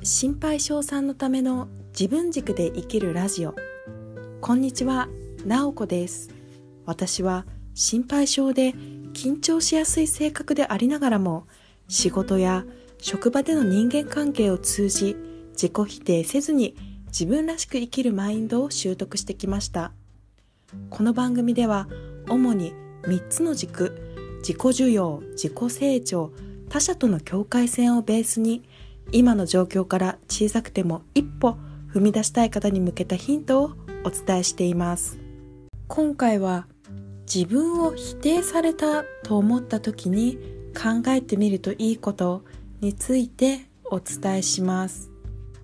心配性さんのための自分軸で生きるラジオ。こんにちは、なおこです。私は心配性で緊張しやすい性格でありながらも、仕事や職場での人間関係を通じ自己否定せずに自分らしく生きるマインドを習得してきました。この番組では主に3つの軸、自己需要、自己成長、他者との境界線をベースに、今の状況から小さくても一歩踏み出したい方に向けたヒントをお伝えしています。今回は自分を否定されたと思った時に考えてみるといいことについてお伝えします。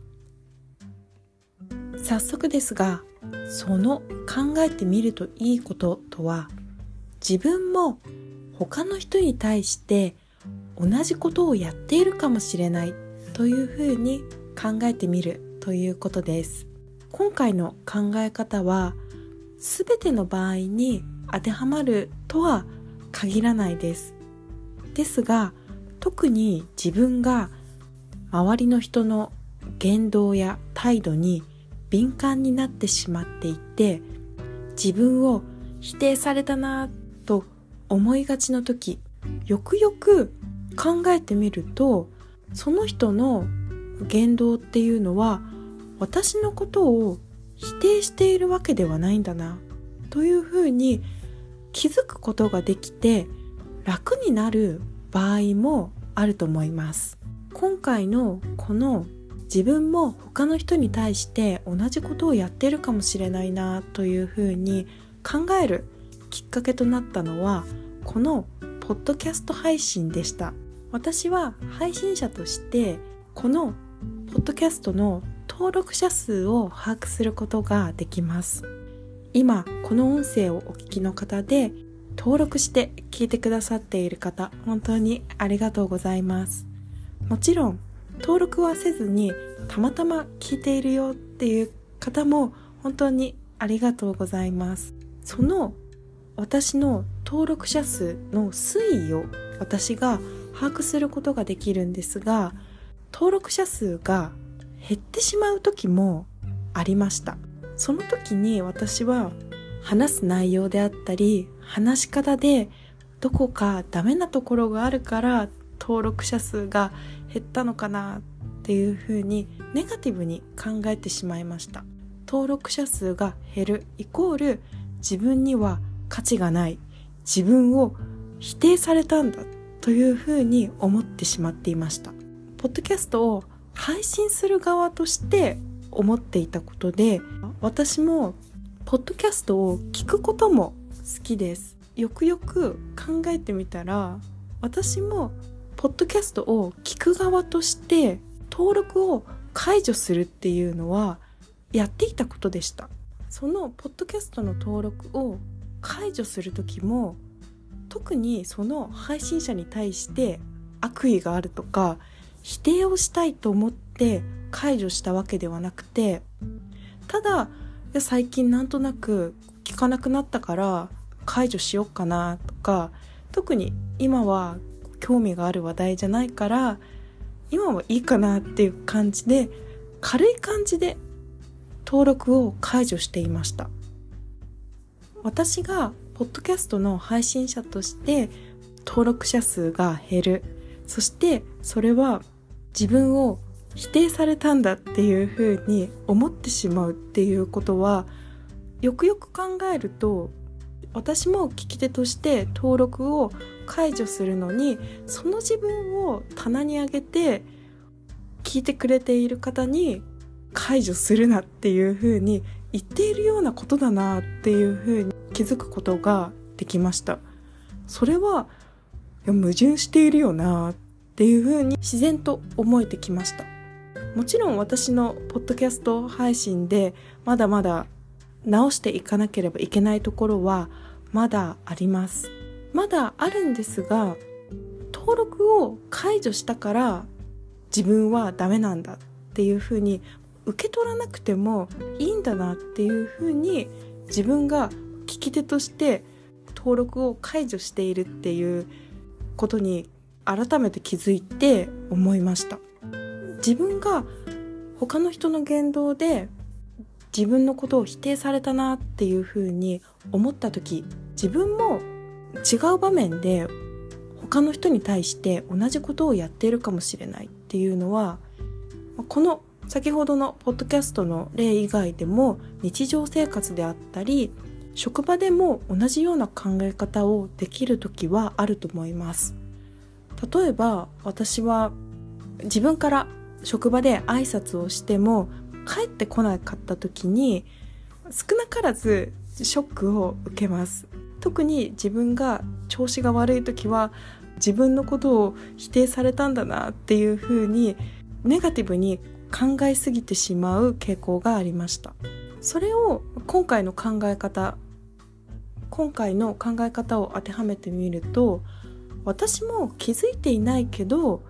早速ですが、その考えてみるといいこととは、自分も他の人に対して同じことをやっているかもしれないというふうに考えてみるということです。今回の考え方は全ての場合に当てはまるとは限らないです。ですが、特に自分が周りの人の言動や態度に敏感になってしまっていて、自分を否定されたなと思いがちな時、よくよく考えてみると、その人の言動っていうのは私のことを否定しているわけではないんだなというふうに気づくことができて、楽になる場合もあると思います。今回のこの自分も他の人に対して同じことをやっているかもしれないなというふうに考えるきっかけとなったのは、このポッドキャスト配信でした。私は配信者としてこのポッドキャストの登録者数を把握することができます。今この音声をお聞きの方で登録して聞いてくださっている方、本当にありがとうございます。もちろん登録はせずにたまたま聞いているよっていう方も本当にありがとうございます。その私の登録者数の推移を私が把握することができるんですが、登録者数が減ってしまう時もありました。その時に私は話す内容であったり話し方でどこかダメなところがあるから登録者数が減ったのかなっていうふうにネガティブに考えてしまいました。登録者数が減るイコール自分には価値がない、自分を否定されたんだというふうに思ってしまっていました。ポッドキャストを配信する側として思っていたことで、私もポッドキャストを聞くことも好きです。よくよく考えてみたら、私もポッドキャストを聞く側として登録を解除するっていうのはやっていたことでした。そのポッドキャストの登録を解除する時も、特にその配信者に対して悪意があるとか否定をしたいと思って解除したわけではなくて、ただ最近なんとなく聞かなくなったから解除しようかなとか、特に今は興味がある話題じゃないから今はいいかなっていう感じで、軽い感じで登録を解除していました。私がポッドキャストの配信者として登録者数が減る、そしてそれは自分を否定されたんだっていうふうに思ってしまうっていうことは、よくよく考えると私も聞き手として登録を解除するのに、その自分を棚に上げて聞いてくれている方に解除するなっていうふうに言っているようなことだなっていうふうに気づくことができました。それは矛盾しているよなっていうふうに自然と思えてきました。もちろん私のポッドキャスト配信でまだまだ直していかなければいけないところはまだあります。まだあるんですが、登録を解除したから自分はダメなんだっていうふうに受け取らなくてもいいんだなっていうふうに、自分が聞き手として登録を解除しているっていうことに改めて気づいて思いました。 自分が他の人の言動で自分のことを否定されたなっていうふうに思った時、自分も違う場面で他の人に対して同じことをやっているかもしれないっていうのは、この先ほどのポッドキャストの例以外でも日常生活であったり職場でも同じような考え方をできる時はあると思います。例えば私は自分から職場で挨拶をしても帰ってこなかった時に少なからずショックを受けます。特に自分が調子が悪い時は自分のことを否定されたんだなっていうふうにネガティブに考えすぎてしまう傾向がありました。それを今回の考え方を当てはめてみると、私も気づいていないけど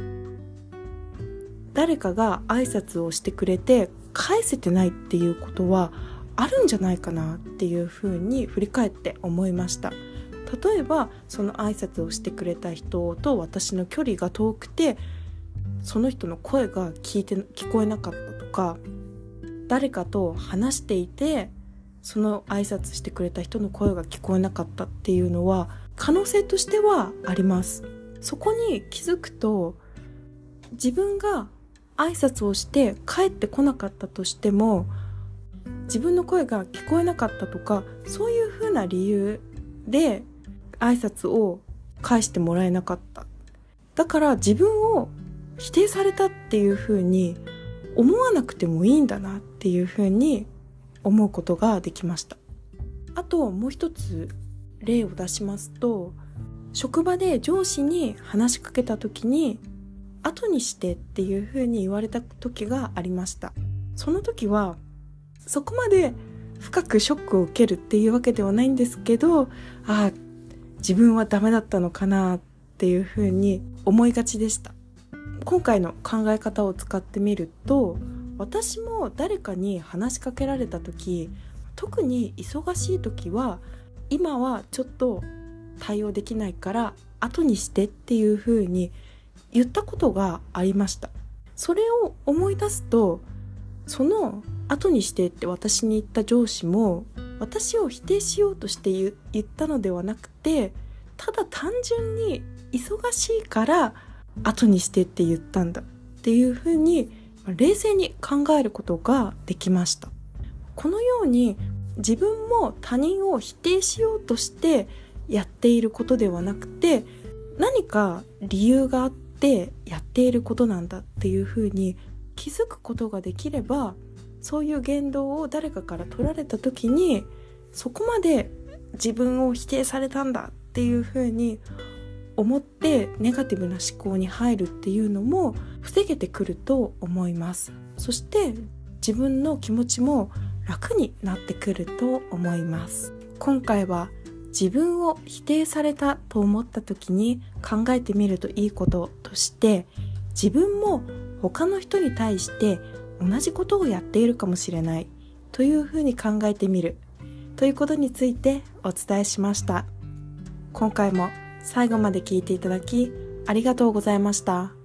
誰かが挨拶をしてくれて返せてないっていうことはあるんじゃないかなっていうふうに振り返って思いました。例えばその挨拶をしてくれた人と私の距離が遠くてその人の声が聞こえなかったとか、誰かと話していてその挨拶してくれた人の声が聞こえなかったっていうのは可能性としてはあります。そこに気づくと、自分が挨拶をして帰ってこなかったとしても自分の声が聞こえなかったとか、そういうふうな理由で挨拶を返してもらえなかった、だから自分を否定されたっていうふうに思わなくてもいいんだなっていうふうに思うことができました。あともう一つ例を出しますと、職場で上司に話しかけた時に後にしてっていうふうに言われた時がありました。その時はそこまで深くショックを受けるっていうわけではないんですけど、自分はダメだったのかなっていうふうに思いがちでした。今回の考え方を使ってみると、私も誰かに話しかけられた時、特に忙しい時は今はちょっと対応できないから後にしてっていうふうに言ったことがありました。それを思い出すと、その後にしてって私に言った上司も私を否定しようとして言ったのではなくて、ただ単純に忙しいから後にしてって言ったんだっていうふうに冷静に考えることができました。このように自分も他人を否定しようとしてやっていることではなくて、何か理由があってやっていることなんだっていうふうに気づくことができれば、そういう言動を誰かから取られた時にそこまで自分を否定されたんだっていうふうに思ってネガティブな思考に入るっていうのも防げてくると思います。そして自分の気持ちも楽になってくると思います。今回は自分を否定されたと思った時に考えてみるといいこととして、自分も他の人に対して同じことをやっているかもしれないというふうに考えてみるということについてお伝えしました。今回も最後まで聞いていただきありがとうございました。